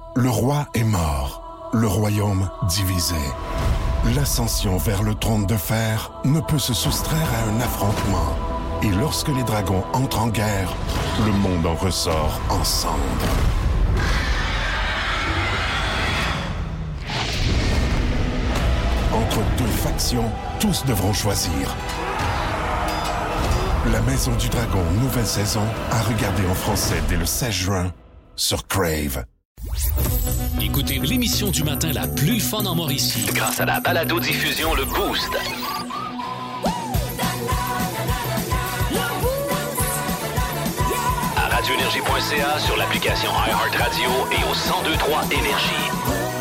Le roi est mort, le royaume divisé. L'ascension vers le trône de fer ne peut se soustraire à un affrontement. Et lorsque les dragons entrent en guerre, le monde en ressort en cendres. Entre deux factions, tous devront choisir. La Maison du Dragon, nouvelle saison, à regarder en français dès le 16 juin sur Crave. Écoutez l'émission du matin la plus fun en Mauricie grâce à la balado-diffusion Le Boost. À radioénergie.ca, sur l'application iHeartRadio et au 1023 Énergie.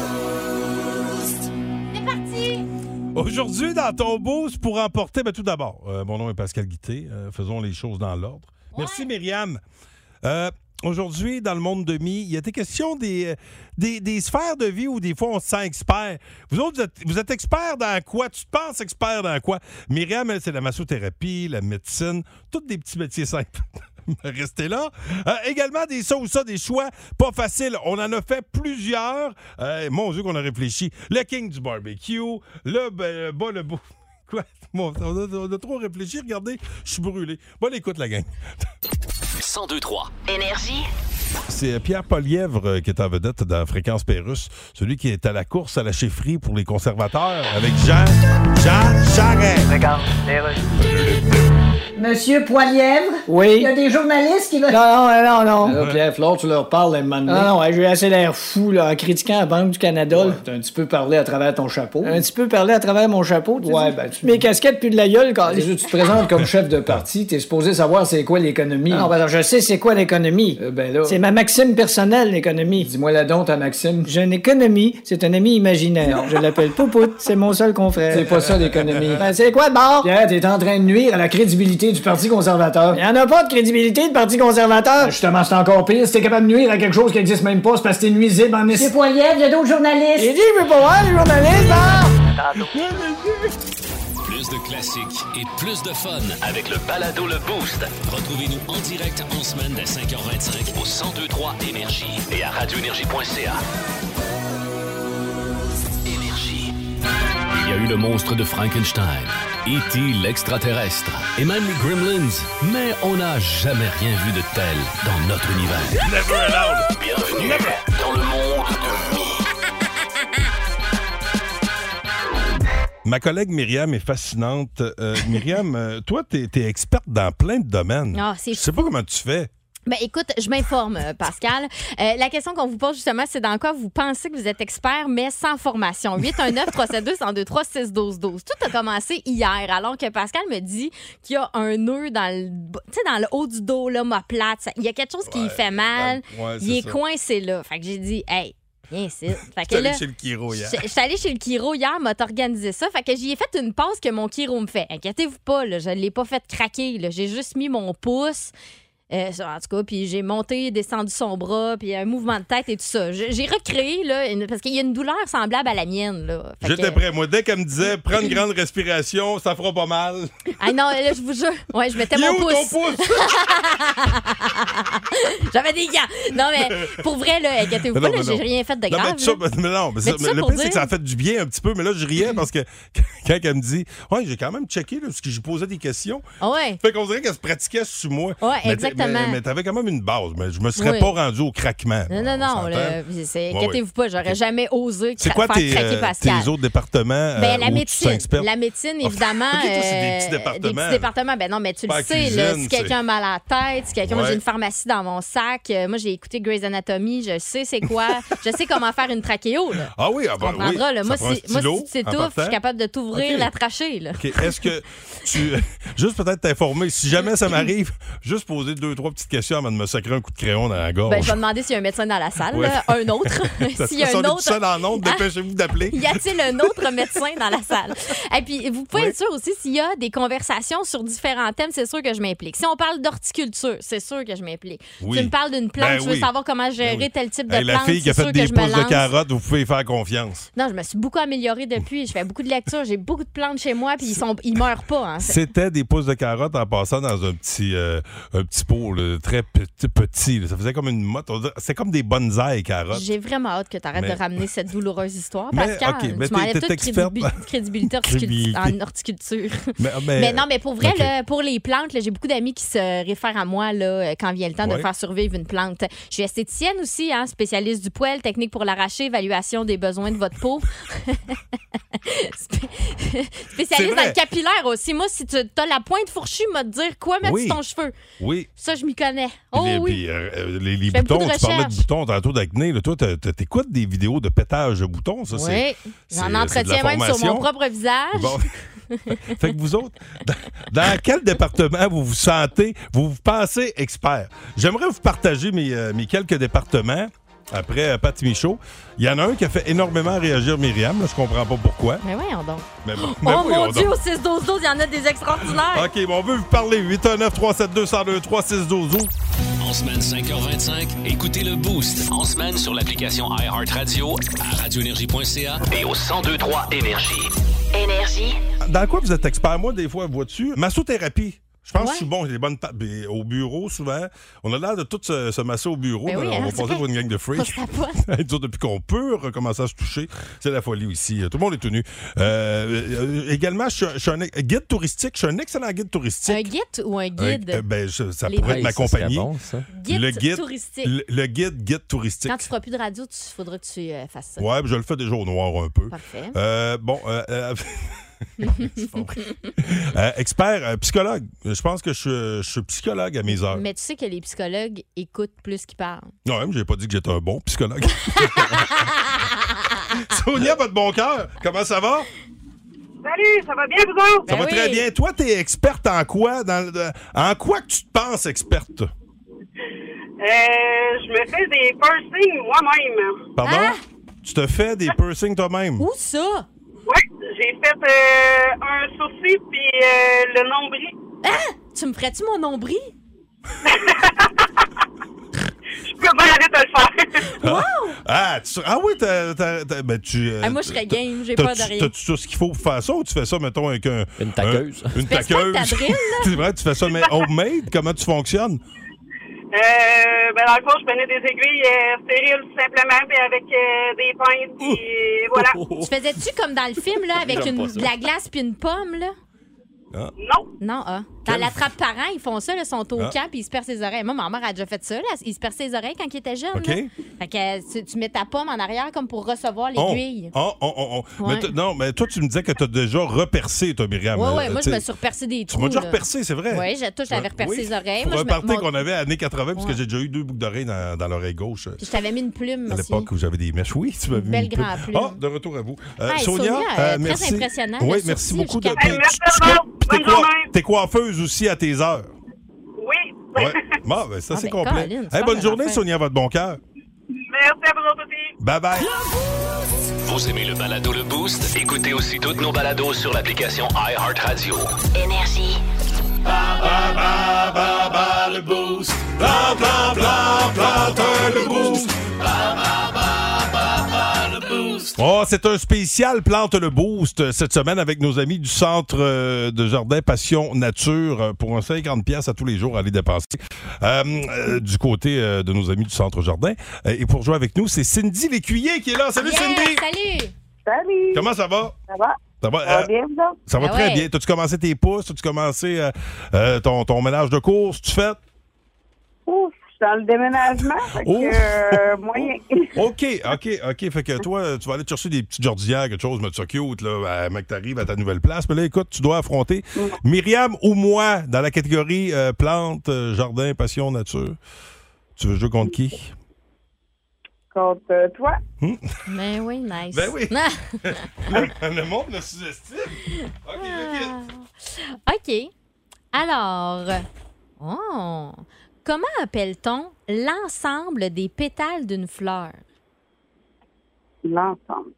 C'est parti! Aujourd'hui, dans ton boost, pour emporter, tout d'abord, mon nom est Pascal Guitté. Faisons les choses dans l'ordre. Ouais. Merci, Myriam. Aujourd'hui, dans le monde de mi, il y a des questions des sphères de vie où des fois on se sent expert. Vous autres, vous êtes expert dans quoi? Tu te penses expert dans quoi? Myriam, elle, c'est la massothérapie, la médecine, tous des petits métiers simples. Restez là. Également, des ça ou ça, des choix pas faciles. On en a fait plusieurs. Mon Dieu, qu'on a réfléchi. Le king du barbecue, le beau. Quoi? Bon, on a trop réfléchi. Regardez, je suis brûlé. Bonne écoute, la gang. 1023 Énergie. C'est Pierre Poilièvre qui est en vedette dans Fréquence Pérusse, celui qui est à la course à la chefferie pour les conservateurs avec Jean Charest. Regarde, Monsieur Poilièvre? Oui. Il y a des journalistes qui veulent... Non. Pierre, Flore, tu leur parles à un moment donné. Non, j'ai assez l'air fou, là, en critiquant la Banque du Canada. Ouais, t'as un petit peu parlé à travers ton chapeau. Un petit peu parlé à travers mon chapeau, tu Ouais, dis? ben, tu... Mes casquettes puis de la gueule, quand... Tu te présentes comme chef de parti, t'es supposé savoir c'est quoi l'économie. Non, ben, je sais c'est quoi l'économie. Ben là... C'est ma maxime personnelle, l'économie. Dis-moi la donc, ta maxime. J'ai une économie, c'est un ami imaginaire. Je l'appelle Poupoute, c'est mon seul confrère. C'est pas ça, l'économie. Ben, c'est quoi, bord? Pierre, t'es en train de nuire à la crédibilité du Parti conservateur. Il y en a pas de crédibilité de Parti conservateur. Ben, justement, c'est encore pire. Si t'es capable de nuire à quelque chose qui existe même pas, c'est parce que t'es nuisible en Monsieur Poilièvre, il y a d'autres journalistes. J'ai dit, je veux pas voir les journalistes, Plus de classiques et plus de fun avec le balado Le Boost. Retrouvez-nous en direct en semaine dès 5h25 au 1023 Énergie et à radioénergie.ca. Énergie. Il y a eu le monstre de Frankenstein, E.T. l'extraterrestre et même les Gremlins, mais on n'a jamais rien vu de tel dans notre univers. Never allowed. Bienvenue dans le monde de Mi. Ma collègue Myriam est fascinante. Myriam, toi, t'es experte dans plein de domaines. Ah, c'est Je sais pas comment tu fais. Ben écoute, je m'informe, Pascal. La question qu'on vous pose justement, c'est dans quoi vous pensez que vous êtes expert, mais sans formation. 819-372-1023-612-12. Tout a commencé hier, alors que Pascal me dit qu'il y a un nœud dans le haut du dos, là, plate. Il y a quelque chose qui lui fait mal. Il est coincé là. Fait que j'ai dit, hey, viens ici. Fait que là, chez le chiro hier. Je suis allée chez le chiro hier, m'a organisé ça. Fait que j'y ai fait une passe que mon chiro me fait. Inquiétez-vous pas, là, je ne l'ai pas fait craquer. Là. J'ai juste mis mon pouce. En tout cas, puis j'ai monté, descendu son bras, puis un mouvement de tête et tout ça. J'ai recréé, là, parce qu'il y a une douleur semblable à la mienne. Là. J'étais prêt. Moi, dès qu'elle me disait « Prends une grande respiration, ça fera pas mal. » Ah non, là, je vous jure. Ouais, je mettais mon pouce. Ton pouce? J'avais des gants. Non, mais pour vrai, là, inquiétez-vous pas, là, j'ai rien fait de grave. Mais le pire, c'est que ça a fait du bien un petit peu, mais là, je riais parce que quand elle me dit « Ouais, j'ai quand même checké, là, parce que je posais des questions. Ah ouais. » Fait qu'on dirait qu'elle se pratiquait sur moi. Ouais, exactement. Mais t'avais quand même une base. Mais je me serais pas rendu au craquement. Non. Inquiétez-vous pas, j'aurais jamais osé faire craquer Pascal. Tes autres départements? La médecine, évidemment. OK, toi, c'est des petits départements. Des petits départements. Ben non, mais tu le sais, là, si quelqu'un a mal à la tête, si quelqu'un... Moi, j'ai une pharmacie dans mon sac. Moi, j'ai écouté Grey's Anatomy. Je sais c'est quoi. Je sais comment faire une trachéo, là. Ah oui, tu comprendras, là. Moi, si tu t'étouffes, je suis capable de t'ouvrir la trachée, là. OK. Est-ce que tu... Juste peut-être t'informer, si jamais ça m'arrive, juste poser 2-3 petites questions avant de me sacrer un coup de crayon dans la gorge. Ben, je vais demander s'il y a un médecin dans la salle, là, un autre. S'il y a un autre... Ça dans l'autre, dépêchez-vous d'appeler. Y a-t-il un autre médecin dans la salle? Et puis, vous pouvez être sûr aussi, s'il y a des conversations sur différents thèmes, c'est sûr que je m'implique. Si on parle d'horticulture, c'est sûr que je m'implique. Tu me parles d'une plante, je veux savoir comment gérer tel type de plante. La fille qui a fait des pousses de carottes, vous pouvez y faire confiance. Non, je me suis beaucoup améliorée depuis. Je fais beaucoup de lectures. J'ai beaucoup de plantes chez moi, puis ils meurent pas. Hein. C'était des pousses de carottes en passant dans un petit pot beau, là, très petit. Là. Ça faisait comme une motte. C'est comme des bonsaïs carottes. J'ai vraiment hâte que tu arrêtes de ramener cette douloureuse histoire. Mais, Pascal, OK, mais tu m'enlèves t'es toute experte. crédibilité en horticulture. Mais Non, mais pour vrai, OK. là, pour les plantes, là, j'ai beaucoup d'amis qui se réfèrent à moi là, quand vient le temps de Ouais. faire survivre une plante. Je suis esthéticienne aussi, hein, spécialiste du poil, technique pour l'arracher, évaluation des besoins de votre peau. Spécialiste dans vrai. le capillaire aussi. Moi, si tu as la pointe fourchue, m'a te dire quoi mettre Oui. sur ton cheveu. Oui. Ça, je m'y connais. Oh Puis oui. les fais beaucoup boutons, de tu parlais de recherches. boutons tantôt d'acné. Là, toi, t'écoutes des vidéos de pétage de boutons, ça, Oui. c'est J'en de la entretiens même sur formation. mon propre visage. Bon. Fait que vous autres, dans quel département vous vous sentez, vous pensez expert? J'aimerais vous partager mes quelques départements. Après Pat Michaud, il y en a un qui a fait énormément réagir Myriam. Là, je comprends pas pourquoi. Mais voyons donc. Mais bon, Oh voyons mon Dieu, donc. au 6-12-12, il y en a des extraordinaires. OK, bon, on veut vous parler. 819-372-1023-612. En semaine 5h25, écoutez le Boost. En semaine sur l'application iHeartRadio, à radioénergie.ca et au 1023 Énergie. Énergie. Dans quoi vous êtes expert? Moi, des fois, vois-tu, massothérapie. Je pense que Ouais. je suis bon, j'ai des bonnes au bureau, souvent. On a l'air de tous se masser au bureau. Ben oui, on hein, va c'est passer vrai. pour une gang de On freaks. se tapote. Depuis qu'on peut recommencer à se toucher, c'est la folie aussi. Tout le monde est tout nu. Également, je suis un guide touristique. Je suis un excellent guide touristique. Un guide ou un guide? Ça Les pourrait deux. être ma compagnie. Bon, ça. Guide le guide touristique. Le guide touristique. Quand tu feras plus de radio, il faudra que tu fasses ça. Ouais, je le fais déjà au noir un peu. Parfait. C'est pas vrai. Expert, psychologue. Je pense que je suis psychologue à mes heures. Mais tu sais que les psychologues écoutent plus qu'ils parlent. Non, même, j'ai pas dit que j'étais un bon psychologue. Sonia, votre bon cœur, comment ça va? Salut, ça va bien, vous autres? Ça Ben va oui. très bien. Toi, t'es experte en quoi? En quoi que tu te penses experte? Je me fais des piercings moi-même. Pardon? Ah! Tu te fais des piercings toi-même? Où ça? Oui, j'ai fait un sourcil puis le nombril. Tu me ferais-tu mon nombril? Je peux bien aller te le faire. Oui, Moi, je serais game, j'ai T'as- peur de rien. T'as-tu tout ce qu'il faut pour faire ça ou tu fais ça, mettons, avec Une taqueuse. Une fais ça avec ta drill, là? C'est vrai, tu fais ça, mais homemade? Comment tu fonctionnes? Dans le fond, je prenais des aiguilles stériles tout simplement, puis avec des pinces, puis voilà. Tu faisais-tu comme dans le film, là, avec J'aime pas ça. de la glace puis une pomme, là? Non. Non, ah. Dans l'attrape-parents, ils font ça, là, ils sont au Ah. camp puis ils se percent les oreilles. Moi, ma mère a déjà fait ça, là. Ils se perçaient les oreilles quand ils étaient jeunes. OK. là. Fait que tu mets ta pomme en arrière comme pour recevoir l'aiguille. Mais Ouais. non, mais toi, tu me disais que tu as déjà repercé, toi, Myriam. Ouais, moi, je T'sais, me suis repercé des Tu trous. m'as déjà là. repercé, c'est vrai? Oui, j'avais repercé les oreilles. Pour Moi, un je me- party mon- qu'on avait années 80, parce que Ouais. j'ai déjà eu 2 boucles d'oreilles dans l'oreille gauche. Puis je t'avais mis une plume À aussi. l'époque où j'avais des mèches. Oui, tu m'as vu. belle une plume. grande plume. Ah, de retour à vous. Hey, Sonia, Sonia, très merci. impressionnant, Oui, le merci sourcil, beaucoup. je capote. Merci à vous. Bonne journée. T'es coiffeuse aussi à tes heures. Oui. Ouais. Bon, ben, ça, Ah, c'est ben, complet. Colin, Hey, super bonne belle journée, affaire. Sonia, votre bon cœur. Merci à vous autres aussi. Bye-bye. Vous aimez le balado Le Boost? Écoutez aussi toutes nos balados sur l'application iHeartRadio. Énergie. Le boost. Bla, bla, bla, plante le boost. Oh, c'est un spécial Plante le Boost cette semaine avec nos amis du Centre de Jardin Passion Nature pour un 50$ à tous les jours à aller dépenser du côté de nos amis du Centre Jardin. Et pour jouer avec nous, c'est Cindy Lécuyer qui est là. Salut Yeah, Cindy! salut! Salut. Comment ça va? Ça va? Ça va, Ça va bien, vous autres? ça va Ah très ouais. bien. T'as-tu commencé tes pousses? As-tu commencé ton ménage de course? Tu fais? Ouf, je suis dans le déménagement. Fait que, moyen. OK. Fait que toi, tu vas aller te chercher des petites jardinières, quelque chose, mais ça cute, là, mec, t'arrives à ta nouvelle place. Mais là, écoute, tu dois affronter Myriam ou moi dans la catégorie plantes, jardin, passion, nature. Tu veux jouer contre qui? Contre toi. Ben oui, nice. Ben oui. Ah. Le monde me sous-estime. OK. OK. Alors, comment appelle-t-on l'ensemble des pétales d'une fleur? L'ensemble.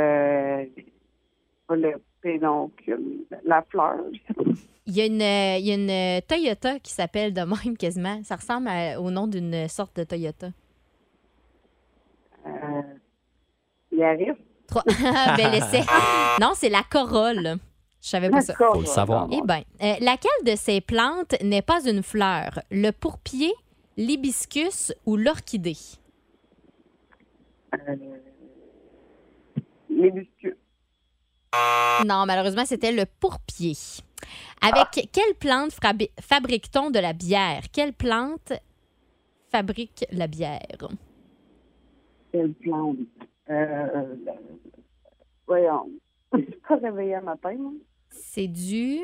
Pas le pédoncule. La fleur. Il y a une Toyota qui s'appelle de même quasiment. Ça ressemble au nom d'une sorte de Toyota. Yaris. Bel essai. Non, c'est la Corolle. Je savais pas ça. Faut le savoir. Eh bien, laquelle de ces plantes n'est pas une fleur? Le pourpier, l'hibiscus ou l'orchidée? L'hibiscus. Non, malheureusement, c'était le pourpier. Avec quelle plante fabrique-t-on de la bière? Quelle plante fabrique la bière? Quelle plante? Voyons. Je suis pas réveillée à matin, moi. C'est du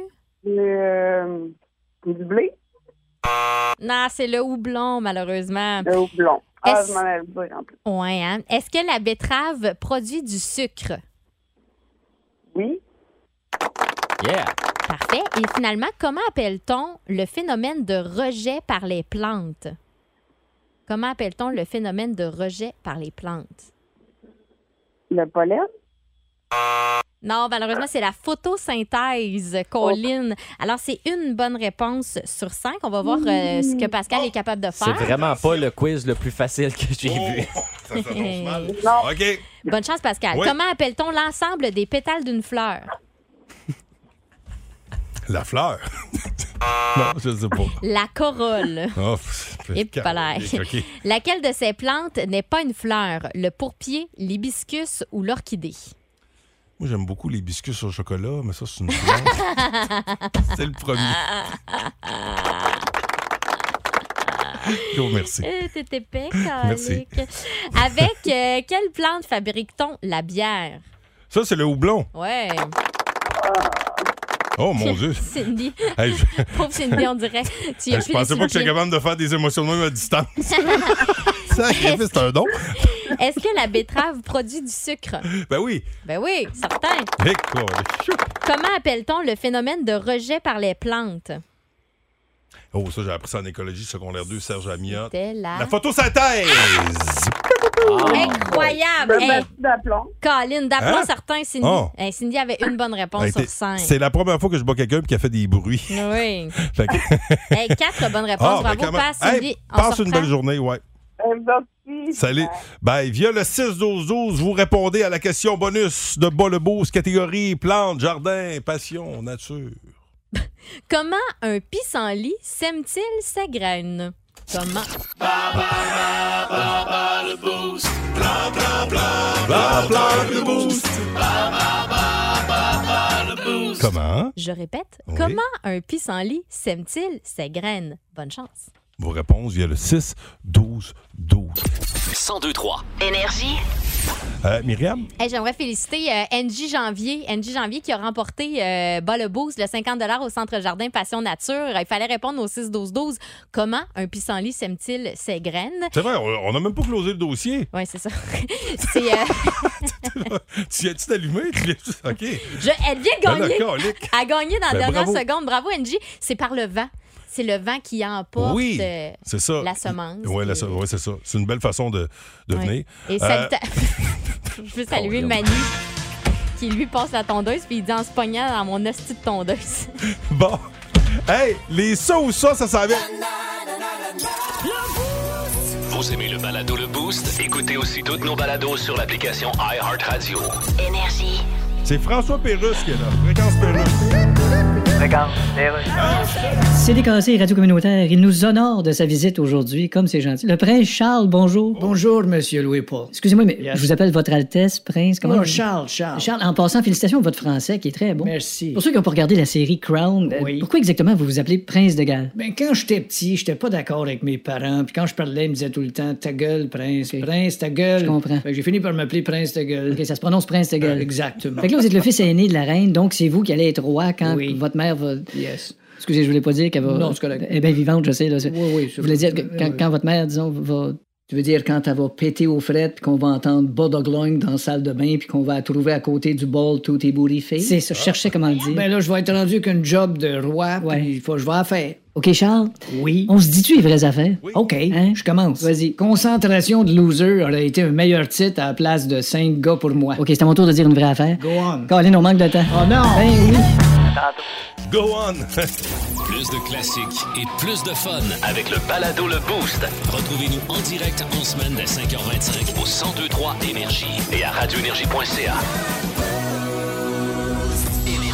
blé? Non, c'est le houblon, malheureusement. Le houblon. Ah, Est-ce- je m'en avais dit en plus. Ouais, hein? Est-ce que la betterave produit du sucre? Oui. Yeah! Parfait. Et finalement, comment appelle-t-on le phénomène de rejet par les plantes? Comment appelle-t-on le phénomène de rejet par les plantes? Le pollen? Non, malheureusement, c'est la photosynthèse, Colline. Alors, c'est une bonne réponse sur 5. On va voir ce que Pascal est capable de C'est faire. vraiment pas le quiz le plus facile que j'ai vu. Ça s'annonce mal. Non. OK. Bonne chance, Pascal. Oui. Comment appelle-t-on l'ensemble des pétales d'une fleur? La fleur. Non, je sais pas. La corolle. Oh, Et palais. OK. Laquelle de ces plantes n'est pas une fleur? Le pourpier, l'hibiscus ou l'orchidée? Moi, j'aime beaucoup les biscuits au chocolat, mais ça, c'est une fleur. C'est le premier. Jo, merci. T'es épais, Merci. calique. Avec quelle plante fabrique-t-on la bière? Ça, c'est le houblon. Ouais. Oh, mon Dieu. Cindy. Hey, Pauvre Cindy, on dirait. Tu y as je plus pensais les pas que j'étais souliers. capable de faire des émotions de même à distance. Sacrifice, c'est un don. Est-ce que la betterave produit du sucre? Ben oui. Ben oui, certain. Écoute, Comment appelle-t-on le phénomène de rejet par les plantes? oh, ça, j'ai appris ça en écologie secondaire 2, Serge Amiot. C'était La photosynthèse! Incroyable! Le Hey, bâti d'aplomb. Colline, d'aplomb Hein? certain, Cindy. Oh. Hey, Cindy avait une bonne réponse Hey, sur 5. c'est la première fois que je vois quelqu'un qui a fait des bruits. Oui. Fait que- Hey, 4 bonnes réponses. ben, Bravo, quand même. passe, Cindy. Hey, On passe se une reprend. belle journée, ouais. Merci. Salut. Ben, via le 6-12-12, vous répondez à la question bonus de Bas le Beauce, catégorie plantes, jardin, passion, nature. Comment un pissenlit sème-t-il ses graines? Comment? Comment? Je répète, Oui. comment un pissenlit sème-t-il ses graines? Bonne chance. Vos réponses via le 6-12-12. 1023. Énergie. Myriam? Hey, j'aimerais féliciter Angie Janvier. Angie Janvier qui a remporté Bas le Boost, le 50 au Centre Jardin Passion Nature. Il fallait répondre au 6-12-12. Comment un pissenlit sème-t-il ses graines? C'est vrai, on n'a même pas closé le dossier. Oui, c'est ça. C'est, Tu viens-tu d'allumer? OK. elle vient de Ben là, gagner. calique. Elle a gagné dans la Ben, dernière bravo. seconde. Bravo, Angie. C'est par le vent. C'est le vent qui emporte Oui, c'est ça. la semence. Oui, c'est ça. C'est une belle façon de Ouais. venir. Et je veux saluer Manu qui lui passe la tondeuse puis il dit en se pognant dans mon hostie de tondeuse. Bon. Hey, les ça ou ça s'en vient. Vous aimez le balado Le Boost? Écoutez aussi toutes nos balados sur l'application iHeartRadio. Énergie. C'est François Pérusse qui est là. Fréquence Pérusse. CDKC Radio Communautaire, il nous honore de sa visite aujourd'hui, comme c'est gentil. Le prince Charles, bonjour. Bonjour, monsieur Louis-Paul. Excusez-moi, mais Yes. je vous appelle votre Altesse, prince. Comment Oh, vous- Charles. Charles, en passant, félicitations pour votre français qui est très bon. Merci. Pour ceux qui n'ont pas regardé la série Crown, Oui. pourquoi exactement vous vous appelez Prince de Galles? Ben, quand j'étais petit, j'étais pas d'accord avec mes parents. Puis quand je parlais, ils me disaient tout le temps, ta gueule, prince. Ok. Prince, ta gueule. Je comprends. Fait que j'ai fini par m'appeler prince ta gueule. Ok, ça se prononce Prince de Galles. Exactement. Fait que là, vous êtes le fils aîné de la reine, donc c'est vous qui allez être roi quand Oui. votre mère va... Yes. Excusez, je voulais pas dire qu'elle va... Non, c'est correct. Elle est bien vivante, je sais. Là. Oui. Je voulais dire que quand votre mère, disons, va... Tu veux dire quand elle va péter aux frettes puis qu'on va entendre Bodogloing dans la salle de bain puis qu'on va la trouver à côté du bol tout tes booty face? C'est ça, je cherchais comment le dire. Ben là, je vais être rendu qu'une job de roi, Ouais. puis il faut que je vais la faire. OK, Charles? Oui. On se dit-tu les vraies affaires? OK, Hein? je commence. Vas-y. Concentration de loser aurait été un meilleur titre à la place de 5 gars pour moi. OK, c'est à mon tour de dire une vraie affaire. Go on. Colin, on manque de temps. Oh non! Ben oui. Go on! Plus de classiques et plus de fun avec le balado Le Boost. Retrouvez-nous en direct en semaine dès 5h25 au 1023 Énergie et à radioénergie.ca. Énergie.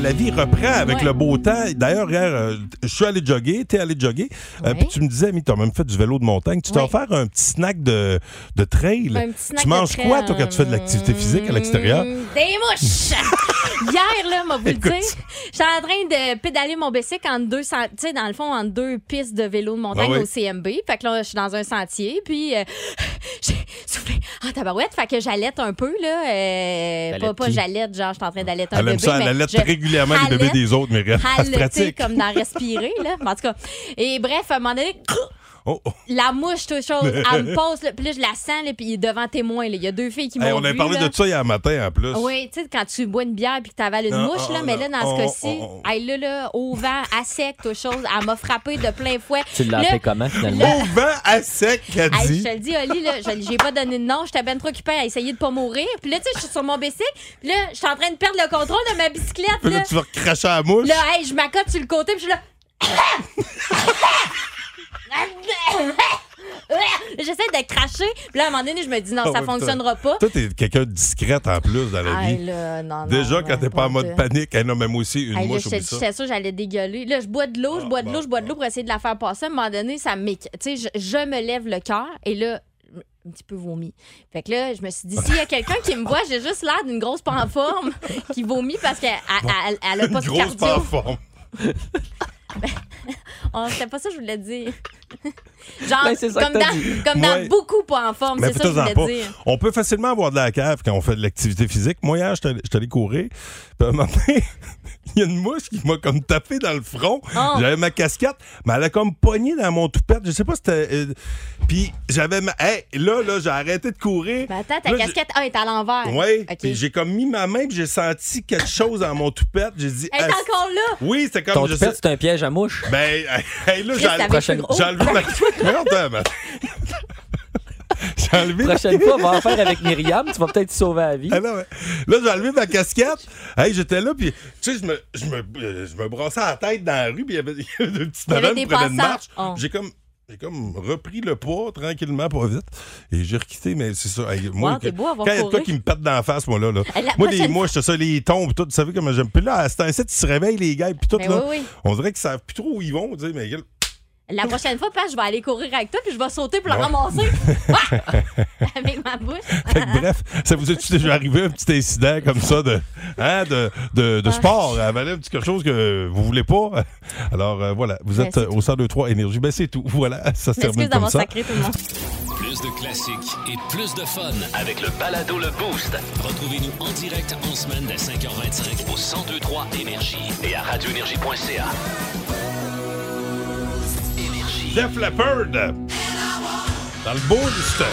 la vie reprend avec Ouais. le beau temps. D'ailleurs, hier, je suis allé jogger, t'es allé jogger, Ouais. puis tu me disais, tu as même fait du vélo de montagne. Tu t'es Ouais. offert un petit snack de trail. Un petit snack Tu manges de trail, quoi, toi, quand tu fais de l'activité physique à l'extérieur? Des mouches! Hier, là, moi, vous le Écoute. dire, j'étais en train de pédaler mon bicycle entre tu sais, dans le fond, entre deux pistes de vélo de montagne Ah oui. au CMB. Fait que là, je suis dans un sentier, puis j'ai soufflé en tabarouette. Fait que j'allaite un peu, là. Pas qui? j'allaite, genre, je suis en train d'allaiter un Elle aime bébé. ça, elle mais allait je régulièrement les bébés halète, des autres, mais c'est haleter pratique. comme dans respirer, là. En tout cas. Et bref, à un moment donné, Oh, oh. la mouche, toute chose, elle me passe, là, puis là, je la sens, là, puis il est devant témoin, là. Il y a deux filles qui m'ont Hey, on avait vu, parlé là. de ça hier matin, en plus. Oui, tu sais, quand tu bois une bière puis que tu avales une Non, mouche, là, mais là, dans non, ce cas-ci, hey, là, au vent, à sec, toute chose, elle m'a frappé de plein fouet. Tu l'as Là, appelé comment, finalement? Au vent à sec, qu'elle hey, dit. je te le dis, Oli, là, j'ai pas donné de nom, j'étais bien trop occupée à essayer de pas mourir. Puis là, tu sais, je suis sur mon bicycle, puis là, je suis en train de perdre le contrôle de ma bicyclette, Puis là, là. tu vas recracher à la mouche. Là, hey, je m'accote sur le côté, puis je suis là. J'essaie de cracher, puis là, à un moment donné, je me dis, non, Ah ça ouais, fonctionnera pas. Toi, t'es quelqu'un de discrète en plus dans la Hey, vie. là, non, Déjà, non, quand t'es pas en mode de- panique, non, même aussi, une Hey, là, mouche, oublie ça. j'étais sûre que j'allais dégueuler. Là, je bois de l'eau, je bois de l'eau, je bois de l'eau pour essayer de la faire passer. À un moment donné, ça tu sais, je me lève le cœur et là, un petit peu vomi. Fait que là, je me suis dit, s'il y a quelqu'un qui me voit, j'ai juste l'air d'une grosse pas en forme qui vomit parce qu'elle elle a pas Une de grosse pas en cardio. forme. Oh, c'était pas ça que je voulais dire. Genre, Ben, c'est ça comme que t'as dans, dit. comme Ouais. dans beaucoup pas en forme. Mais C'est ça que je fais-toi-en voulais pas. dire. On peut facilement avoir de la cave quand on fait de l'activité physique. Moi, hier, je suis allé courir. Puis à un moment donné, il y a une mouche qui m'a comme tapé dans le front. Oh. J'avais ma casquette, mais elle a comme pogné dans mon toupette. Je sais pas si c'était... puis j'avais ma... Hey, là, j'ai arrêté de courir. Ben, attends, ta Là, casquette est à l'envers. Oui, OK. puis j'ai comme mis ma main puis j'ai senti quelque chose dans mon toupette. J'ai dit... Elle est encore là. Oui, c'était comme... Ton je toupette, sais- c'est un piège à mouche. Ben, hey, là, Chris, t'avais prochaine- plus gros. j'ai enlevé ma... Mais attends, man. J'ai enlevé... Prochaine fois, on va en faire avec Myriam. Tu vas peut-être sauver la vie. Ah non, ouais. Là, j'ai enlevé ma casquette. Hey, j'étais là, puis tu sais, je me brossais la tête dans la rue, puis il y avait une petite Il y avait madame des qui prenait une passants. marche. Oh. J'ai comme repris le pas tranquillement, pas vite. Et j'ai requitté, mais c'est ça. Hey, moi, Wow, t'es beau à avoir quand il y a de quoi couru. qui me pète dans la face, moi, là. Hey, la Moi, les prochaine mouches, c'est ça, les tombes, tout. Tu savez comment j'aime. Puis là, à cet instant, ils se réveillent, les gars, puis tout, Mais là. oui, oui. On dirait qu'ils savent plus trop où ils vont, tu sais, mais. La prochaine fois, Pat, je vais aller courir avec toi puis je vais sauter pour le Ouais. ramasser. Ah! Avec ma bouche. Fait que, bref, ça vous est déjà arrivé un petit incident comme ça de sport? Avaler un petit quelque chose que vous voulez pas? Alors, voilà, vous Ben, êtes c'est au 102.3 Énergie. Ben, c'est tout. Voilà, ça se termine Excuse comme d'avoir ça. sacré tout le monde. Plus de classiques et plus de fun avec le balado Le Boost. Retrouvez-nous en direct en semaine dès 5h25 au 102.3 Énergie et à radioénergie.ca. Énergie. Def Leppard! Dans le boost!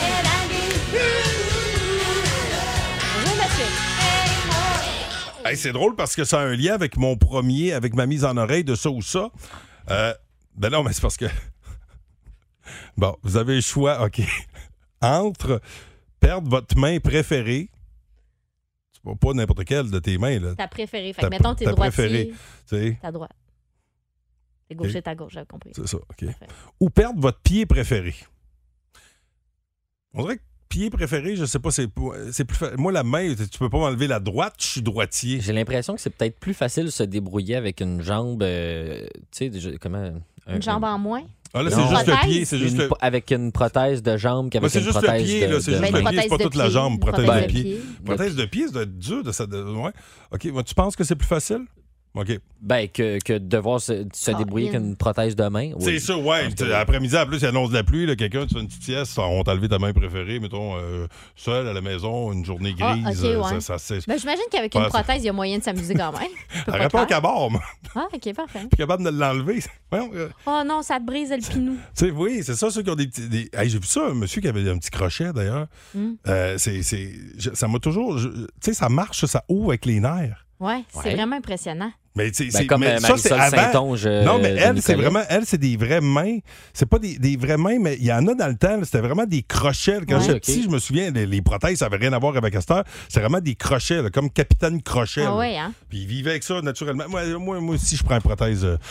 Bonjour, monsieur. Hey, c'est drôle parce que ça a un lien avec avec ma mise en oreille de ça ou ça. Ben non, mais c'est parce que... Bon, vous avez le choix, OK, entre perdre votre main préférée, c'est pas n'importe quelle de tes mains, là. Ta préférée. Fait Ta- que mettons, t'es ta droitier. préférée. Tu sais, Ta droite. T'es gaucher, ta gauche, j'avais compris. c'est ça, OK. Parfait. Ou perdre votre pied préféré. On dirait que pied préféré, je sais pas, c'est plus moi, la main, tu peux pas m'enlever la droite, je suis droitier. J'ai l'impression que c'est peut-être plus facile de se débrouiller avec une jambe. Tu sais, comment. Une jambe en moins. Ah là, Non. c'est juste le Prothèse? pied, c'est juste le... Avec une prothèse de jambe qu'avec c'est une juste le prothèse pied, de, là, c'est de juste Ben, le une pied, c'est pas prothèse toute de la pied. jambe, Une prothèse prothèse de de pied. pied. Prothèse de pied, ça doit être dur de ça. Ouais. OK, tu penses que c'est plus facile? OK. Ben, que devoir se débrouiller avec une prothèse de main. Oui. C'est ça, ouais. Je pense que- Après-midi, en plus, il annonce de la pluie. Là, quelqu'un, tu fais une petite sieste, on t'a enlevé ta main préférée, mettons, seul à la maison, une journée Ah, grise. OK, ouais. ça, c'est... Ben, j'imagine qu'avec Ouais, une prothèse, il y a moyen de s'amuser quand même. Je peux pas Arrête pas te un faire. cabard, moi. Ah, OK, parfait. Puis capable de l'enlever. Voyons, Oh non, ça te brise le pinou. tu sais, oui, c'est ça, ceux qui ont des petits. Hey, j'ai vu ça, un monsieur qui avait un petit crochet, d'ailleurs. Mm. Ça m'a toujours. Tu sais, ça marche, ça ouvre avec les nerfs. Ouais, c'est Ouais. vraiment impressionnant. Mais, Ben, comme mais ça, c'est Marisol avant. Saint-Onge. Non, mais de elle, c'est Nicolas. vraiment. Elle, c'est des vraies mains. C'est pas des vraies mains, mais il y en a dans le temps. là, C'était vraiment des crochets. Quand Ouais. j'étais OK. petit, je me souviens, les prothèses, ça n'avait rien à voir avec Astor. C'était vraiment des crochets, là, comme Capitaine Crochet. Ah là. ouais, hein? Puis il vivait avec ça naturellement. Moi aussi, je prends une prothèse.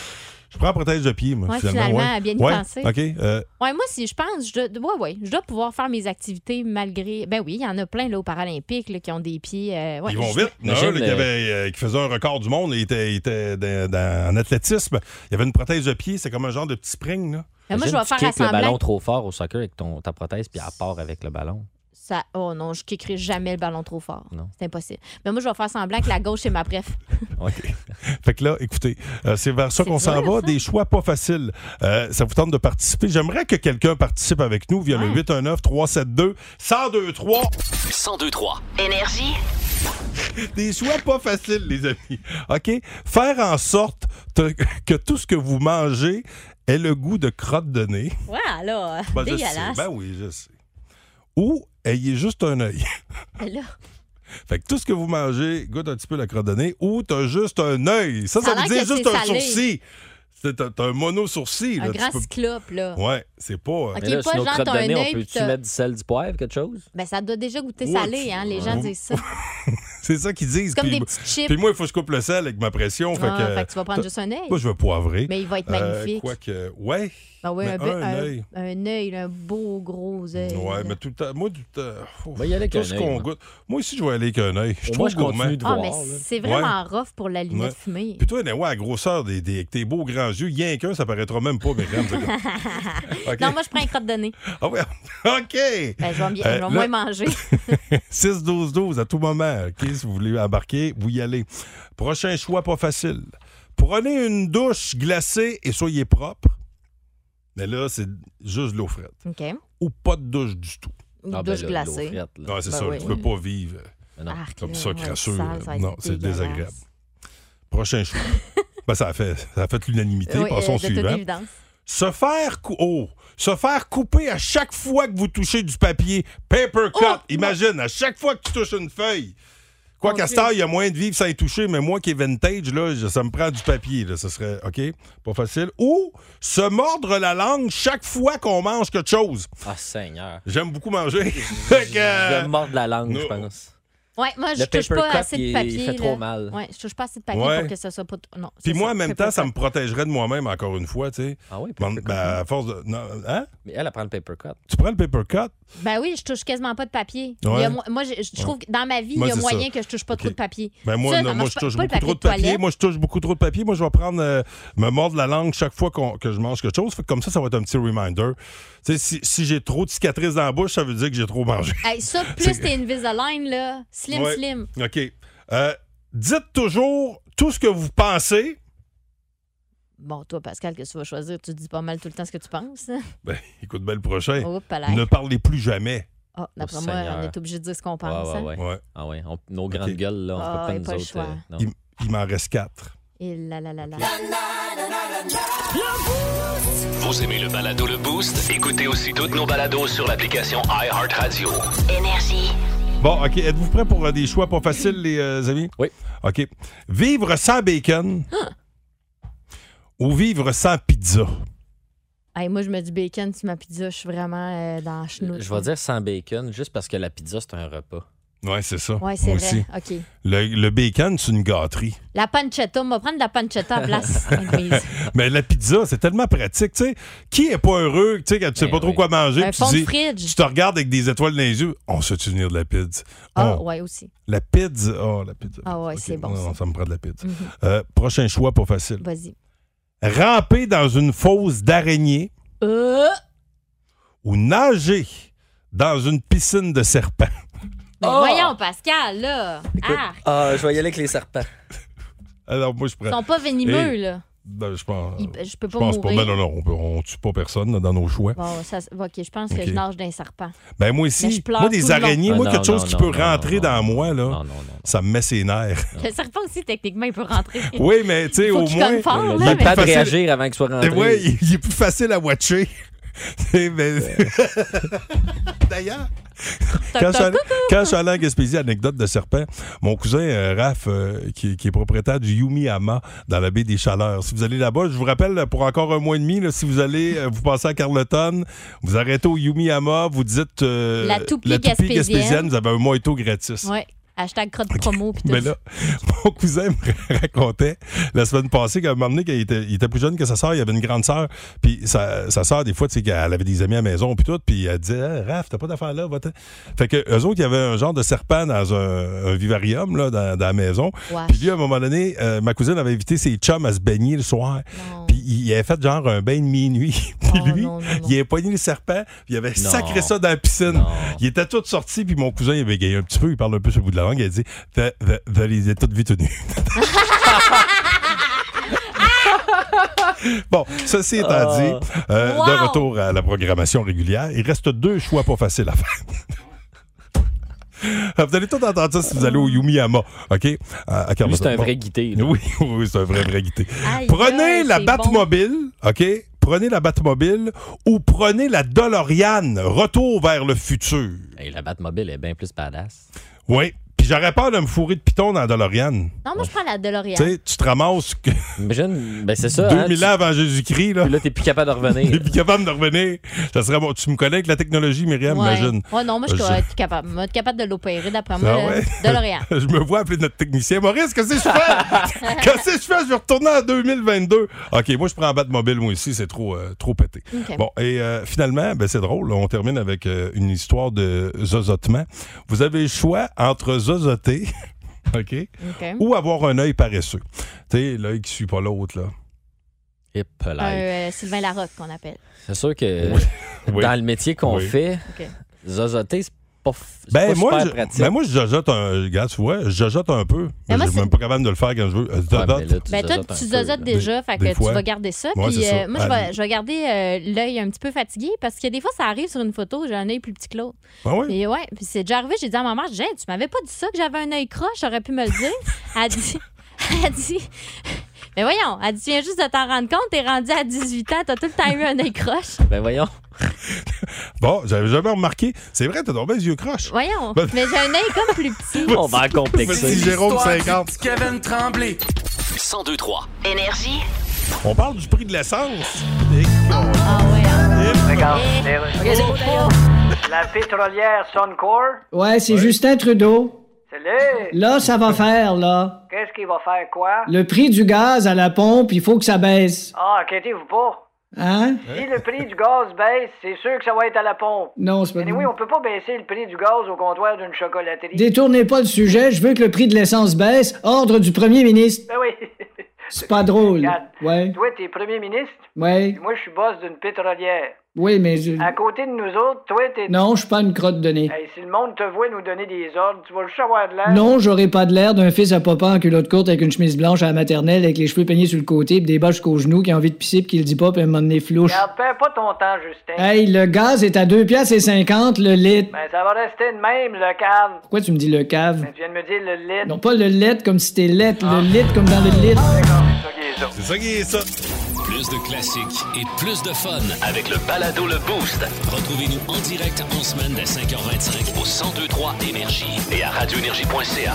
Je prends prothèse de pied, moi, Ouais, finalement. finalement, bien y penser. OK. Ouais, moi, si je pense, je dois pouvoir faire mes activités malgré. Ben oui, il y en a plein là, aux Paralympiques là, qui ont des pieds. Ils vont vite. Il y en a un qui faisait un record du monde. Il était en athlétisme. Il y avait une prothèse de pied. C'est comme un genre de petit spring. Là. Ben, moi, je vais faire le assemblant. ballon trop fort au soccer avec ta prothèse, puis elle part avec le ballon. Oh non, je kickerai jamais le ballon trop fort. Non. C'est impossible. Mais moi, je vais faire semblant que la gauche est ma préf. OK. Fait que là, écoutez, c'est vers ça qu'on s'en va. Des choix pas faciles. Ça vous tente de participer. J'aimerais que quelqu'un participe avec nous via le 819-372-1023. 1023. Énergie. Des choix pas faciles, les amis. OK? Faire en sorte que tout ce que vous mangez ait le goût de crotte de nez. Ouais, là, Ben, je sais. dégueulasse. Ben oui, je sais. Ou ayez juste un œil. Là. Fait que tout ce que vous mangez goûte un petit peu la crotte de nez, ou t'as juste un œil. Ça Ça a veut l'air dire que juste c'est un salé. sourcil. T'as un mono-sourcil. Un là. grand Tu peux- cyclope, là. Ouais, c'est pas... OK, Mais là, pas sur nos genre, crottes t'as de un nez, œil, on puis peut-tu t'as- mettre du sel, du poivre, quelque chose? Ben, ça doit déjà goûter Ouais, salé, hein. Les gens disent ça. C'est ça qu'ils disent. C'est comme Puis- des petites chips. Puis moi, il faut que je coupe le sel avec ma pression. Fait que tu vas prendre juste un œil. moi, je veux poivrer. Mais il va être magnifique. Quoique, ouais. Ben oui, mais un œil. un œil, un beau gros œil. Ouais, là. mais tout le temps, moi, Va y aller avec tout un ce œil, qu'on moi. goûte. Moi aussi, je vais aller avec un œil. Je Au moins, trouve je gourmand. continue de Ah, voir. mais là. c'est vraiment rough pour la lunette Ouais. fumée. Puis toi, ouais, à grosseur, avec tes beaux grands yeux, rien qu'un, ça paraîtra même pas, Myriam. OK. Non, moi, je prends une crotte de nez. Ah ouais, OK. Ben, je vais, je vais là- moins manger. 6-12-12 à tout moment. OK, si vous voulez embarquer, vous y allez. Prochain choix pas facile. Prenez une douche glacée et soyez propre. Mais là, c'est juste de l'eau frette. OK. Ou pas de douche du tout. Une Ah, douche ben là, glacée. l'eau frette, là. Non, c'est Ben ça. oui. Tu peux pas vivre Mais non. Arc, comme là, ça, ouais, crasseux. sale, là. ça va être Non, c'est dégueulasse. désagréable. Prochain choix. Ben, ça a fait l'unanimité. Oui, Passons au de toute suivant. évidence. Se faire couper à chaque fois que vous touchez du papier. Paper cut. Oh! Imagine, à chaque fois que tu touches une feuille. Quoi Mon qu'à Dieu. cette heure, il y a moins de vivre sans y toucher, mais moi qui est vintage, là, ça me prend du papier. Là, ça serait, OK, pas facile. Ou se mordre la langue chaque fois qu'on mange quelque chose. Ah, Seigneur. J'aime beaucoup manger. Fait que, Je vais me mordre la langue, non. je pense. Ouais, moi, je Le touche paper pas cut, assez de il papier. fait trop là. mal. Ouais, je touche pas assez de papier Ouais. pour que ça soit pas. Non, Puis c'est moi, ça, en même paper temps, ça cut. me protégerait de moi-même, encore une fois, tu sais. Ah oui, Bon, paper cut. ben, à force de... Non, hein? Mais elle prend le paper cut. Tu prends le paper cut? Ben oui, je touche quasiment pas de papier. Ouais. Il y a moi, je trouve que dans ma vie, Moi, il y a c'est moyen ça. que je touche pas OK. trop de papier. Ben moi, Ça, non, ça moi marche je touche pas le beaucoup trop de papier de papier. toilette. Moi, je touche beaucoup trop de papier. Moi, je vais prendre me mordre la langue chaque fois que je mange quelque chose. Fait que comme ça va être un petit reminder. Tu sais, si j'ai trop de cicatrices dans la bouche, ça veut dire que j'ai trop mangé. Hey, ça, plus t'es Invisalign, là, slim, Ouais. slim. OK. Dites toujours tout ce que vous pensez. Bon, toi, Pascal, qu'est-ce que tu vas choisir? Tu dis pas mal tout le temps ce que tu penses. Hein? Ben, écoute bien le prochain. Oh, palais. Ne parlez plus jamais. Ah, d'après Oh, moi, Seigneur. on est obligé de dire ce qu'on pense. hein? Ouais. Ouais. Ah ouais, nos grandes OK. gueules, là, on Ah, peut y a pas pas nous le autres. choix. Non. Il m'en reste 4. Et là, là, là, là. Vous aimez le balado Le Boost? Écoutez aussi toutes nos balados sur l'application iHeartRadio. Énergie. Bon, OK. Êtes-vous prêts pour des choix pas faciles, les amis? Oui. OK. Vivre sans bacon ou vivre sans pizza? Hey, moi, je me dis bacon sur ma pizza. Je suis vraiment dans la chenoute. Je vais dire sans bacon, juste parce que la pizza, c'est un repas. Ouais, c'est ça. Ouais, c'est Moi vrai. aussi. OK. Le bacon, c'est une gâterie. La pancetta, on va prendre de la pancetta à place. Louise. Mais la pizza, c'est tellement pratique, tu sais. Qui est pas heureux, tu sais, quand tu sais Ben pas trop oui. quoi manger, Un puis tu fond de dis, fridge. tu te regardes avec des étoiles dans les yeux, on se souvenir de la pizza. Ah, Oh, ouais, aussi. la pizza, oh, la pizza. Ah ouais, Ok, c'est bon, non, ça. ça me prend de la pizza. Mhm. Prochain choix, pas facile. Vas-y. Ramper dans une fosse d'araignée ou nager dans une piscine de serpents. Ben Oh! voyons, Pascal, là. Ah, Je vais y aller avec les serpents. Alors, moi, je ils prends. sont pas venimeux, Hey. là. Ben, je pense. Je peux Je pas pense mourir. pas. Ben, non, on tue pas personne là, dans nos choix. Bon, OK, je pense que OK. je nage d'un serpent. Ben, moi Mais aussi, je pleure moi, tout des le long. araignées, Ah, moi, non, quelque chose non, qui non, peut non, rentrer non, dans non, moi, là, Non. ça me met ses nerfs. Le serpent aussi, techniquement, il peut rentrer. Oui, mais tu sais, Faut au qu'il moins. cogne fort, Il là, a mais- pas de facile. réagir avant qu'il soit rentré. Oui, il est plus facile à watcher. D'ailleurs, quand je suis allé à Gaspésie, anecdote de serpent, mon cousin Raph, qui est propriétaire du Yumi Hama dans la baie des Chaleurs. Si vous allez là-bas, je vous rappelle, pour encore un mois et demi, là, si vous allez, vous passez à Carleton, vous arrêtez au Yumi Hama, vous dites La toupie gaspésienne. vous avez un mojito gratis. Oui. Hashtag crotte promo. Pis tout. Mais là, mon cousin me racontait la semaine passée qu'à un moment donné, quand il était plus jeune que sa sœur, il avait une grande sœur. Puis sa sœur, des fois, tu sais, elle avait des amis à la maison, puis tout. Puis elle disait, hey, Raph, t'as pas d'affaires là, va-t'en. Fait que eux autres, il y avait un genre de serpent dans un vivarium, là, dans la maison. Wesh. Puis lui, à un moment donné, ma cousine avait invité ses chums à se baigner le soir. Puis il avait fait genre un bain de minuit. Puis lui, il avait pogné le serpent, puis il avait sacré ça dans la piscine. Non. Il était tout sorti, puis mon cousin, il avait gagné un petit peu, il parle un peu sur le bout de la langue, il a dit, vous les toutes vues tenues. Bon, ceci étant dit, de retour à la programmation régulière, il reste 2 choix pas faciles à faire. Vous allez tout entendre ça si vous allez au Yumiyama, OK? Lui, c'est un vrai guité. Oui, c'est un vrai guité. Aïe, Prenez la c'est Batmobile, OK? Prenez la Batmobile ou prenez la DeLorean, retour vers le futur. Hey, la Batmobile est bien plus badass. Oui. Puis j'aurais peur de me fourrer de piton dans la DeLorean. Non, moi, je prends la DeLorean. Tu sais, tu te ramasses Imagine, ben c'est ça. 2000 ans avant Jésus-Christ, là. Puis là, t'es plus capable de revenir. T'es plus capable de revenir. Ça serait bon. Tu me connais avec la technologie, Myriam, imagine. Ouais, non, moi, je suis capable. Moi, capable de l'opérer, d'après moi, ouais? DeLorean. Je me vois appeler notre technicien. Maurice, qu'est-ce que je fais? Qu'est-ce que je fais? Je vais retourner en 2022. OK, moi, je prends la Batmobile, moi aussi. C'est trop pété. Okay. Bon, et finalement, ben, c'est drôle. Là, on termine avec une histoire de zozotement. Vous avez le choix entre zozoter... OK? Ou avoir un œil paresseux. Tu sais, l'œil qui suit pas l'autre, là. Sylvain Larocque, qu'on appelle. C'est sûr que Oui. dans le métier qu'on fait, zozoter, c'est pas super pratique. Ben moi, je jojote regarde, tu vois, je jojote un peu. Mais moi, je suis même pas capable de le faire quand je veux. Toi, tu zozotes déjà, fait que tu vas garder ça. Ouais, puis ça. moi, je vais garder l'œil un petit peu fatigué parce que des fois, ça arrive sur une photo, j'ai un œil plus petit que l'autre. Ah oui? Puis puis c'est déjà arrivé, j'ai dit à ma mère, tu m'avais pas dit ça, que j'avais un œil croche, j'aurais pu me le dire. Elle dit, mais voyons, elle dit, tu viens juste de t'en rendre compte, t'es rendu à 18 ans, t'as tout le temps eu un œil croche. Ben voyons. Bon, j'avais jamais remarqué. C'est vrai, t'as tombé les yeux croches. Voyons, mais j'ai un œil comme plus petit. On va en complexer. Petit Jérôme 50. Kevin Tremblay. 102-3. Énergie. On parle du prix de l'essence. Ah ouais. Regarde. La pétrolière Suncor. Ouais, c'est Justin Trudeau. C'est lui. Là, ça va faire, là. Qu'est-ce qu'il va faire quoi? Le prix du gaz à la pompe, il faut que ça baisse. Ah, inquiétez-vous pas. Hein? Si le prix du gaz baisse, c'est sûr que ça va être à la pompe. Non, c'est pas Mais oui, on peut pas baisser le prix du gaz au comptoir d'une chocolaterie. Détournez pas le sujet, je veux que le prix de l'essence baisse. Ordre du premier ministre. Ben oui. C'est pas drôle. Regarde, Ouais. toi, t'es premier ministre. Ouais. Puis moi, je suis boss d'une pétrolière. Oui, mais... À côté de nous autres, toi, t'es... Non, je suis pas une crotte de nez. Hey, si le monde te voit nous donner des ordres, tu vas juste avoir de l'air. Non, j'aurais pas de l'air d'un fils à papa en culotte courte avec une chemise blanche à la maternelle avec les cheveux peignés sur le côté pis des bas jusqu'aux genoux qui a envie de pisser pis qui le dit pas pis un moment donné flouche. Regarde, perds pas ton temps, Justin. Hey, le gaz est à 2,50$ le litre. Ben, ça va rester de même, le cave. Pourquoi tu me dis le cave? Ben, tu viens de me dire le litre. Non, pas le litre comme si t'es lettre, le litre comme dans le litre. C'est ça qui est ça. Plus de classiques et plus de fun avec le balado Le Boost. Retrouvez-nous en direct en semaine dès 5h25 au 1023 Énergie et à radioénergie.ca.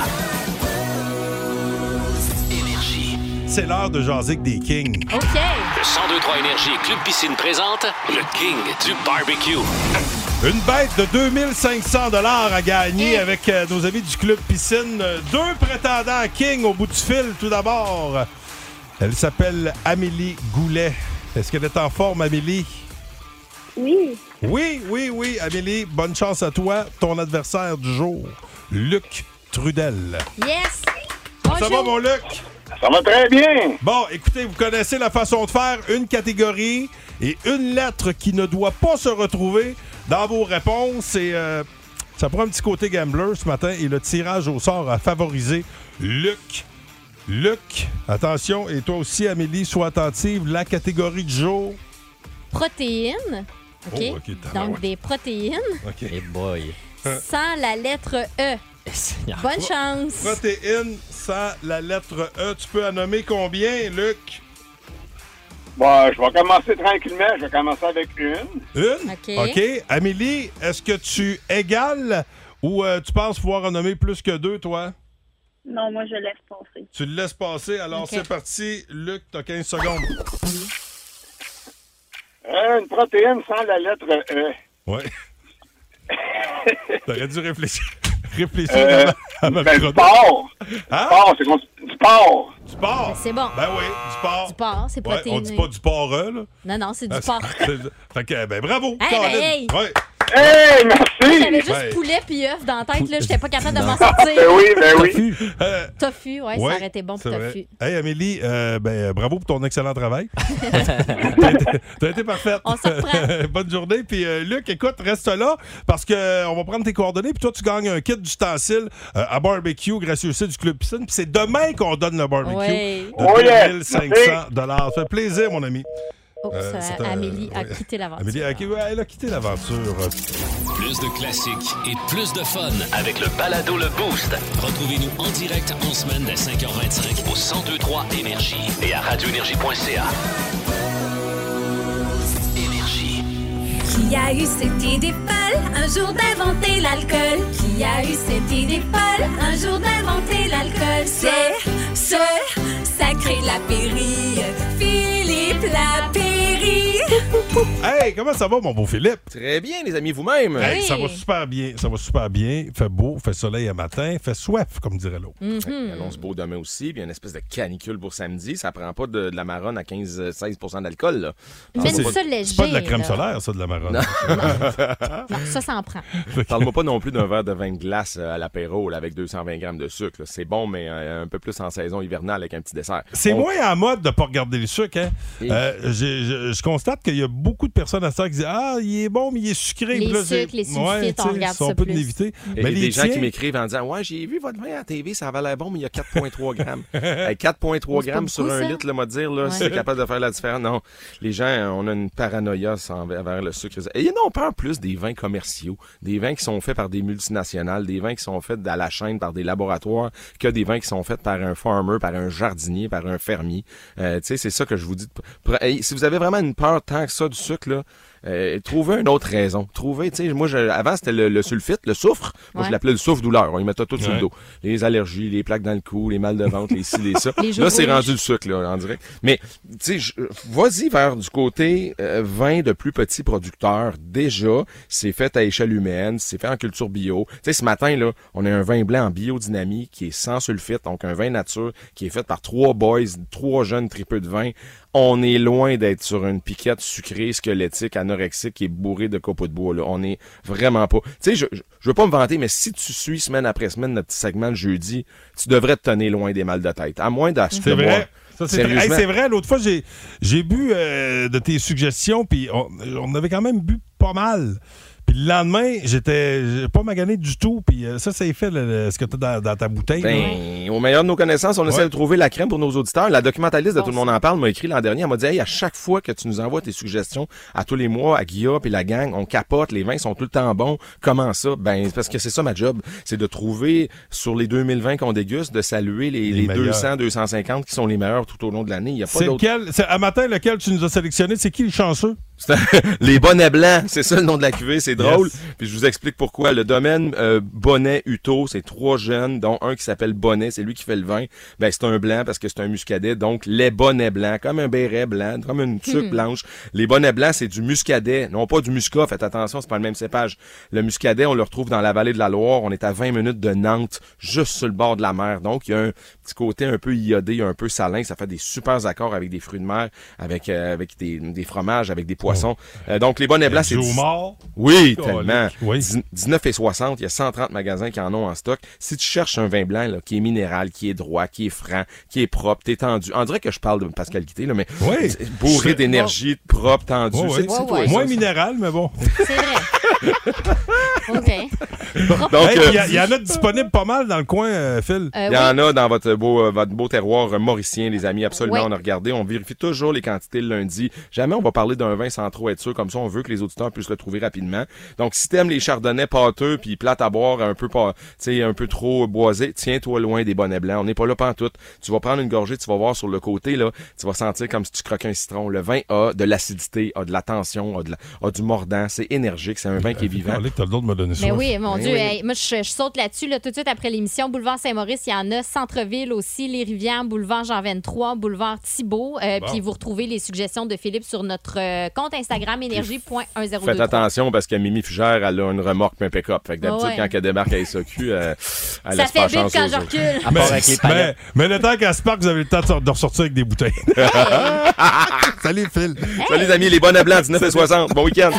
Énergie. C'est l'heure de jaser avec des kings. OK. Le 1023 Énergie et Club Piscine présente le King du barbecue. Une bête de 2500 $ à gagner avec nos amis du Club Piscine. 2 prétendants King au bout du fil, tout d'abord. Elle s'appelle Amélie Goulet. Est-ce qu'elle est en forme, Amélie? Oui. Oui, Amélie. Bonne chance à toi. Ton adversaire du jour, Luc Trudel. Yes! Ça va, mon Luc? Ça va très bien. Bon, écoutez, vous connaissez la façon de faire. Une catégorie et une lettre qui ne doit pas se retrouver dans vos réponses. Et ça prend un petit côté gambler ce matin. Et le tirage au sort a favorisé Luc. Luc, attention, et toi aussi, Amélie, sois attentive. La catégorie du jour. Protéines. OK. Oh, OK, Donc, des protéines. OK. Hey boy. Sans la lettre E. Bonne chance. Protéines sans la lettre E. Tu peux en nommer combien, Luc? Bon, je vais commencer tranquillement. Je vais commencer avec une. Une? OK. Amélie, est-ce que tu égales ou tu penses pouvoir en nommer plus que 2, toi? Non, moi, je laisse passer. Tu le laisses passer. Alors, OK. c'est parti. Luc, t'as 15 secondes. Une protéine sans la lettre E. Ouais. T'aurais dû réfléchir. Réfléchis avant Ben, du porc. Hein? Porc, c'est du porc. Du porc. Ben, c'est bon. Ben oui, du porc. Du porc, c'est Ouais, protéiné. on dit pas du porc, là. Non, c'est du Ah, porc. Fait que, ben, bravo, Hey, Caroline. hey! Ouais. Hey, merci! J'avais juste Ouais. poulet puis œuf dans la tête, là. J'étais pas capable de m'en sortir. Ben oui. Tofu, ouais, ça aurait été bon pour c'est vrai. tofu. Hey, Amélie, bravo pour ton excellent travail. T'as été parfaite. On s'en reprend. Bonne journée. Puis, Luc, écoute, reste là parce qu'on va prendre tes coordonnées. Puis toi, tu gagnes un kit d'ustensiles à barbecue gracieux au site du Club Piscine. Puis c'est demain qu'on donne le barbecue Ouais. de 2500 $. Ça fait plaisir, mon ami. Oh, Amélie a quitté l'aventure. Amélie, elle a quitté l'aventure. Plus de classiques et plus de fun avec le balado Le Boost. Retrouvez-nous en direct en semaine dès 5h25 au 1023 Énergie et à radioénergie.ca. Énergie. Qui a eu cette idée folle un jour d'inventer l'alcool? Qui a eu cette idée folle un jour d'inventer l'alcool? C'est ce sacré Lapéry, Philippe Lapéry. Hey, comment ça va, mon beau Philippe? Très bien, les amis, vous-même. Hey, ça va super bien. Ça va super bien. Fait beau, fait soleil à matin, fait soif, comme dirait l'autre. Annonce beau demain aussi, puis il y a une espèce de canicule pour samedi. Ça prend pas de la marronne à 15-16% d'alcool, là. Mais ça léger. C'est pas de la crème là. solaire, ça, de la marronne. Non, ça s'en prend. Parle-moi pas non plus d'un verre de vin de glace à l'apéro là, avec 220 grammes de sucre. Là. C'est bon, mais un peu plus en saison hivernale avec un petit dessert. C'est moins en mode de pas regarder le sucre. Hein? Je constate qu'il y a beaucoup de personnes à ça qui disent « Ah, il est bon, mais il est sucré. » Les sucres, les sulfites, on regarde ça plus. L'éviter. Et Mais des gens qui m'écrivent en disant « Ouais, j'ai vu votre vin à la TV, ça avait l'air bon, mais il y a 4,3 grammes. » 4,3 grammes sur un litre, là, moi dire, là, c'est capable de faire la différence. Non, les gens, on a une paranoïa envers le sucre. Et non, on parle plus des vins commerciaux, des vins qui sont faits par des multinationales, des vins qui sont faits à la chaîne par des laboratoires, que des vins qui sont faits par un farmer, par un jardinier, par un fermier. Tu sais, c'est ça que je vous dis. Si vous avez vraiment une peur tant que ça du sucre, là, trouvez une autre raison. Trouvez, tu sais, moi, avant, c'était le sulfite, le soufre. Moi, je l'appelais le souffre-douleur. On y mettait tout sur le dos. Les allergies, les plaques dans le cou, les mal de ventre, les ci, les ça. Là, c'est rendu le sucre, là, en direct. Mais, tu sais, vas-y vers du côté vin de plus petits producteurs. Déjà, c'est fait à échelle humaine, c'est fait en culture bio. Tu sais, ce matin, là, on a un vin blanc en biodynamie qui est sans sulfite, donc un vin nature qui est fait par 3 jeunes tripeux de vin. On est loin d'être sur une piquette sucrée, squelettique, anorexique qui est bourrée de copeaux de bois. Là. On est vraiment pas... Tu sais, je veux pas me vanter, mais si tu suis semaine après semaine notre petit segment de jeudi, tu devrais te tenir loin des mal de tête. À moins d'acheter... C'est vrai. Ça, c'est vrai. Hey, c'est vrai. L'autre fois, j'ai bu de tes suggestions, puis on avait quand même bu pas mal. Puis le lendemain, j'étais pas magané du tout. Puis ça est fait, ce que tu as dans ta bouteille. Ben, au meilleur de nos connaissances, on essaie de trouver la crème pour nos auditeurs. La documentaliste de Tout le monde en parle m'a écrit l'an dernier. Elle m'a dit, hey, à chaque fois que tu nous envoies tes suggestions, à tous les mois, à Guilla puis la gang, on capote, les vins sont tout le temps bons. Comment ça? Ben, c'est parce que c'est ça ma job. C'est de trouver, sur les 2020 qu'on déguste, de saluer les 200, 250 qui sont les meilleurs tout au long de l'année. Il y a pas d'autre. À matin, lequel tu nous as sélectionné? C'est qui le chanceux? Les bonnets blancs, c'est ça le nom de la cuvée, c'est drôle. Puis je vous explique pourquoi. Le domaine Bonnet Uto, c'est 3 jeunes, dont un qui s'appelle Bonnet, c'est lui qui fait le vin. Ben c'est un blanc parce que c'est un muscadet, donc les bonnets blancs, comme un béret blanc, comme une tuque blanche. Les bonnets blancs, c'est du muscadet, non pas du muscat. Faites attention, c'est pas le même cépage. Le muscadet, on le retrouve dans la vallée de la Loire. On est à 20 minutes de Nantes, juste sur le bord de la mer. Donc il y a un petit côté un peu iodé, un peu salin. Ça fait des super accords avec des fruits de mer, avec des fromages, avec des poissons. Donc, les bonnets blancs, c'est... Oui, tellement. Oui. 19,60. Il y a 130 magasins qui en ont en stock. Si tu cherches un vin blanc là, qui est minéral, qui est droit, qui est franc, qui est propre, t'es tendu. On dirait que je parle de Pascal Guité, là, mais bourré d'énergie, propre, tendu. Moins minéral, mais bon. C'est vrai. OK. Donc, il y en a disponible pas mal dans le coin, Phil. Il y en a dans votre beau terroir mauricien, les amis. Absolument, on a regardé. On vérifie toujours les quantités le lundi. Jamais on va parler d'un vin sans trop être sûr. Comme ça, on veut que les auditeurs puissent le trouver rapidement. Donc, si t'aimes les chardonnays pâteux puis plates à boire, un peu trop boisés, tiens-toi loin des bonnets blancs. On n'est pas là pantoute. Tu vas prendre une gorgée, tu vas voir sur le côté, là, tu vas sentir comme si tu croquais un citron. Le vin a de l'acidité, a de la tension, a du mordant. C'est énergique. C'est un vin qui est vivant. T'as le droit de me donner ça. Mais oui, mon Dieu. Hey, moi, je saute là-dessus tout de suite après l'émission. Boulevard Saint-Maurice, il y en a. Centre-ville aussi. Les Rivières, boulevard Jean 23, boulevard Thibault. Puis vous retrouvez les suggestions de Philippe sur notre compte compte Instagram énergie.1023. Faites attention parce que Mimi Fugère, elle a une remorque et un pick-up. Fait que d'habitude, quand elle débarque à SAQ, elle ça laisse fait pas vite chance quand aux je autres. recule. Mais le temps qu'elle se parque, vous avez le temps de ressortir avec des bouteilles. Salut, Phil. Salut, les amis, les bonnets blancs, 19,60. Bon week-end.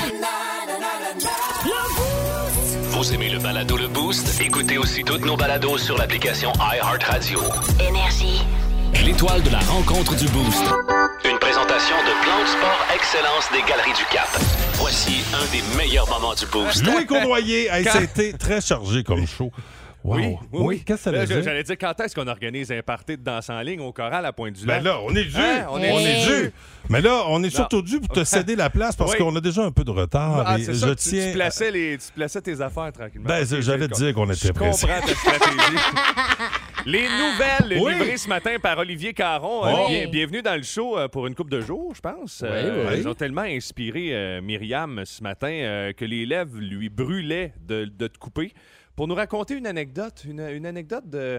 Vous aimez le balado Le Boost? Écoutez aussi toutes nos balados sur l'application iHeartRadio. Énergie. L'étoile de la rencontre du Boost. Une présentation de Plan de Sport Excellence des Galeries du Cap. Voici un des meilleurs moments du Boost. Louis Cournoyer, ça a été très chargé comme show. Wow. Oui. Qu'est-ce que ça veut dire? J'allais dire, quand est-ce qu'on organise un party de danse en ligne au Choral à Pointe-du-Lac? Ben là, on est dû. On est dû. Mais là, on est surtout dû pour te céder la place parce qu'on a déjà un peu de retard. C'est ça, tu plaçais tes affaires tranquillement. Ben, j'allais te dire qu'on était pressés. Je comprends ta stratégie. Les nouvelles livrées ce matin par Olivier Caron. Bienvenue dans le show pour une couple de jours, je pense. Ils ont tellement inspiré Myriam ce matin que les lèvres lui brûlaient de te couper pour nous raconter une anecdote, une anecdote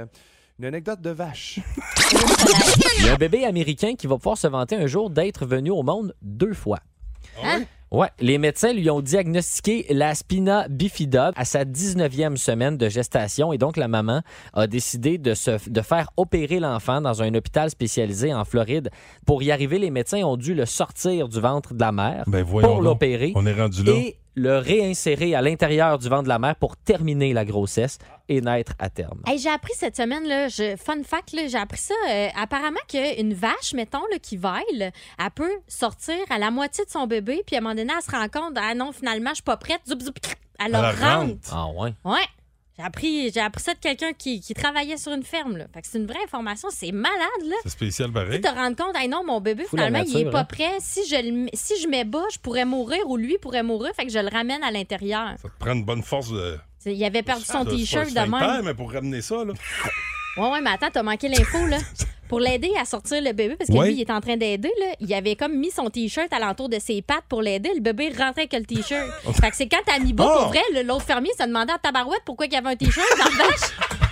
de vache. Il y a un bébé américain qui va pouvoir se vanter un jour d'être venu au monde 2 fois. Hein? Ouais, les médecins lui ont diagnostiqué la spina bifida à sa 19e semaine de gestation et donc la maman a décidé de faire opérer l'enfant dans un hôpital spécialisé en Floride. Pour y arriver, les médecins ont dû le sortir du ventre de la mère pour l'opérer. On est rendu là. Et le réinsérer à l'intérieur du ventre de la mère pour terminer la grossesse et naître à terme. Hey, j'ai appris cette semaine, là, fun fact, là, j'ai appris ça. Apparemment qu'une vache, mettons, là, qui vaille, elle peut sortir à la moitié de son bébé, puis à un moment donné, elle se rend compte, ah non, finalement, je suis pas prête. Zoup, zoup, elle le rentre. Ah ouais? Ouais. J'ai appris ça de quelqu'un qui travaillait sur une ferme. Là. Fait que c'est une vraie information. C'est malade, là. C'est spécial, pareil. Tu te rends compte, hey, non, mon bébé, finalement, il est pas prêt. Si je mets bas, je pourrais mourir ou lui pourrait mourir. Fait que je le ramène à l'intérieur. Ça te prend une bonne force de... Il avait perdu son T-shirt de même. Mais pour ramener ça, là... Ouais, mais attends, t'as manqué l'info, là. Pour l'aider à sortir le bébé, parce que lui, il est en train d'aider, là. Il avait comme mis son T-shirt alentour de ses pattes pour l'aider. Le bébé rentrait avec le T-shirt. Fait que c'est quand t'as mis bas, pour vrai, l'autre fermier se demandait à tabarouette pourquoi il y avait un T-shirt dans la vache.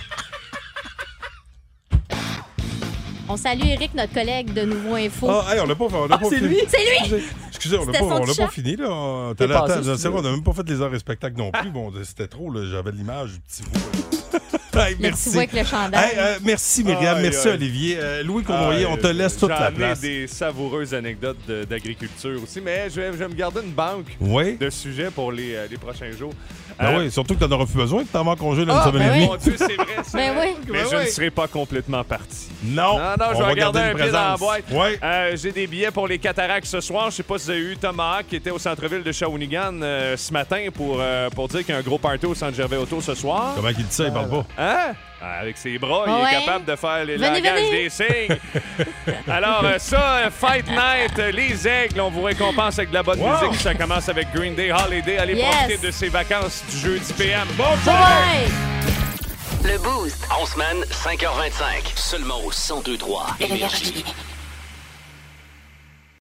On salue Eric, notre collègue de Nouveau Info. On n'a pas c'est fini. lui! C'est lui! Excusez, on n'a pas fini, là. On n'a même pas fait les heures et spectacles non plus. Bon, c'était trop, là. J'avais l'image du petit bout. Hey, merci. Tu vois avec le chandail. Merci, Myriam. Merci, Olivier. Louis Cournoyer, on te laisse toute la place. J'en ai des savoureuses anecdotes d'agriculture aussi, mais je vais me garder une banque de sujets pour les prochains jours. Oui, surtout que tu n'en auras plus besoin, que tu en vas en congé dans une semaine et demie. Mon Dieu, c'est vrai. Mais je ne serai pas complètement parti. Non, je vais garder un pied dans la boîte. Ouais. J'ai des billets pour les cataractes ce soir. Je sais pas si vous avez eu Thomas qui était au centre-ville de Shawinigan ce matin pour dire qu'il y a un gros party au centre Gervais Auto ce soir. Comment il dit ça? Il parle pas. Hein? Avec ses bras, il est capable de faire les langages des signes. Alors, Fight Night, les Aigles, on vous récompense avec de la bonne musique. Ça commence avec Green Day Holiday. Allez profiter de ses vacances du jeudi PM. Bon bye! Le Boost. En semaine, 5h25. Seulement au 102.3 Énergie.